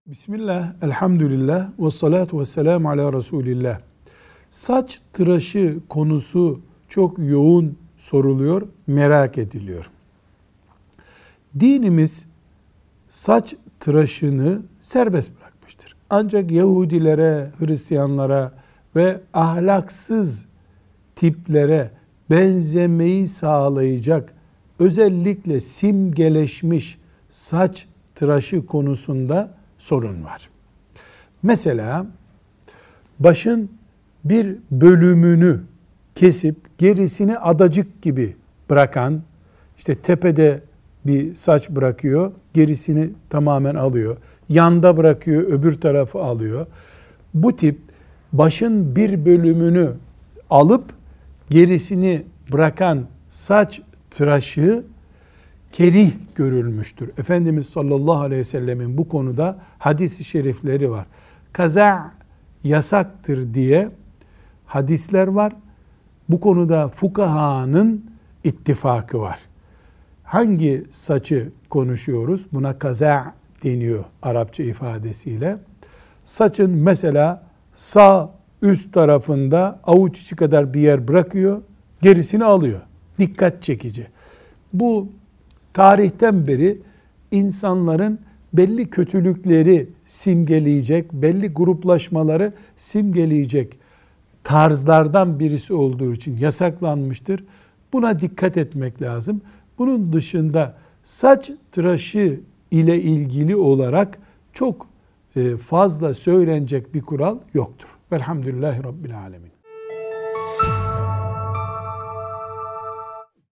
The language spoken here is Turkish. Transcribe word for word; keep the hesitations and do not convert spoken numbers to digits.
Bismillah, elhamdülillah, ve salatu ve selamu ala Resulillah. Saç tıraşı konusu çok yoğun soruluyor, merak ediliyor. Dinimiz saç tıraşını serbest bırakmıştır. Ancak Yahudilere, Hristiyanlara ve ahlaksız tiplere benzemeyi sağlayacak, özellikle simgeleşmiş saç tıraşı konusunda sorun var. Mesela başın bir bölümünü kesip gerisini adacık gibi bırakan, işte tepede bir saç bırakıyor, gerisini tamamen alıyor. Yanda bırakıyor, öbür tarafı alıyor. Bu tip başın bir bölümünü alıp gerisini bırakan saç tıraşı kerih görülmüştür. Efendimiz sallallahu aleyhi ve sellemin bu konuda hadis-i şerifleri var. Kaza yasaktır diye hadisler var. Bu konuda fukahanın ittifakı var. Hangi saçı konuşuyoruz? Buna kaza deniyor Arapça ifadesiyle. Saçın mesela sağ üst tarafında avuç içi kadar bir yer bırakıyor, gerisini alıyor. Dikkat çekici. Bu tarihten beri insanların belli kötülükleri simgeleyecek, belli gruplaşmaları simgeleyecek tarzlardan birisi olduğu için yasaklanmıştır. Buna dikkat etmek lazım. Bunun dışında saç tıraşı ile ilgili olarak çok fazla söylenecek bir kural yoktur. Velhamdülillahi Rabbil Alemin.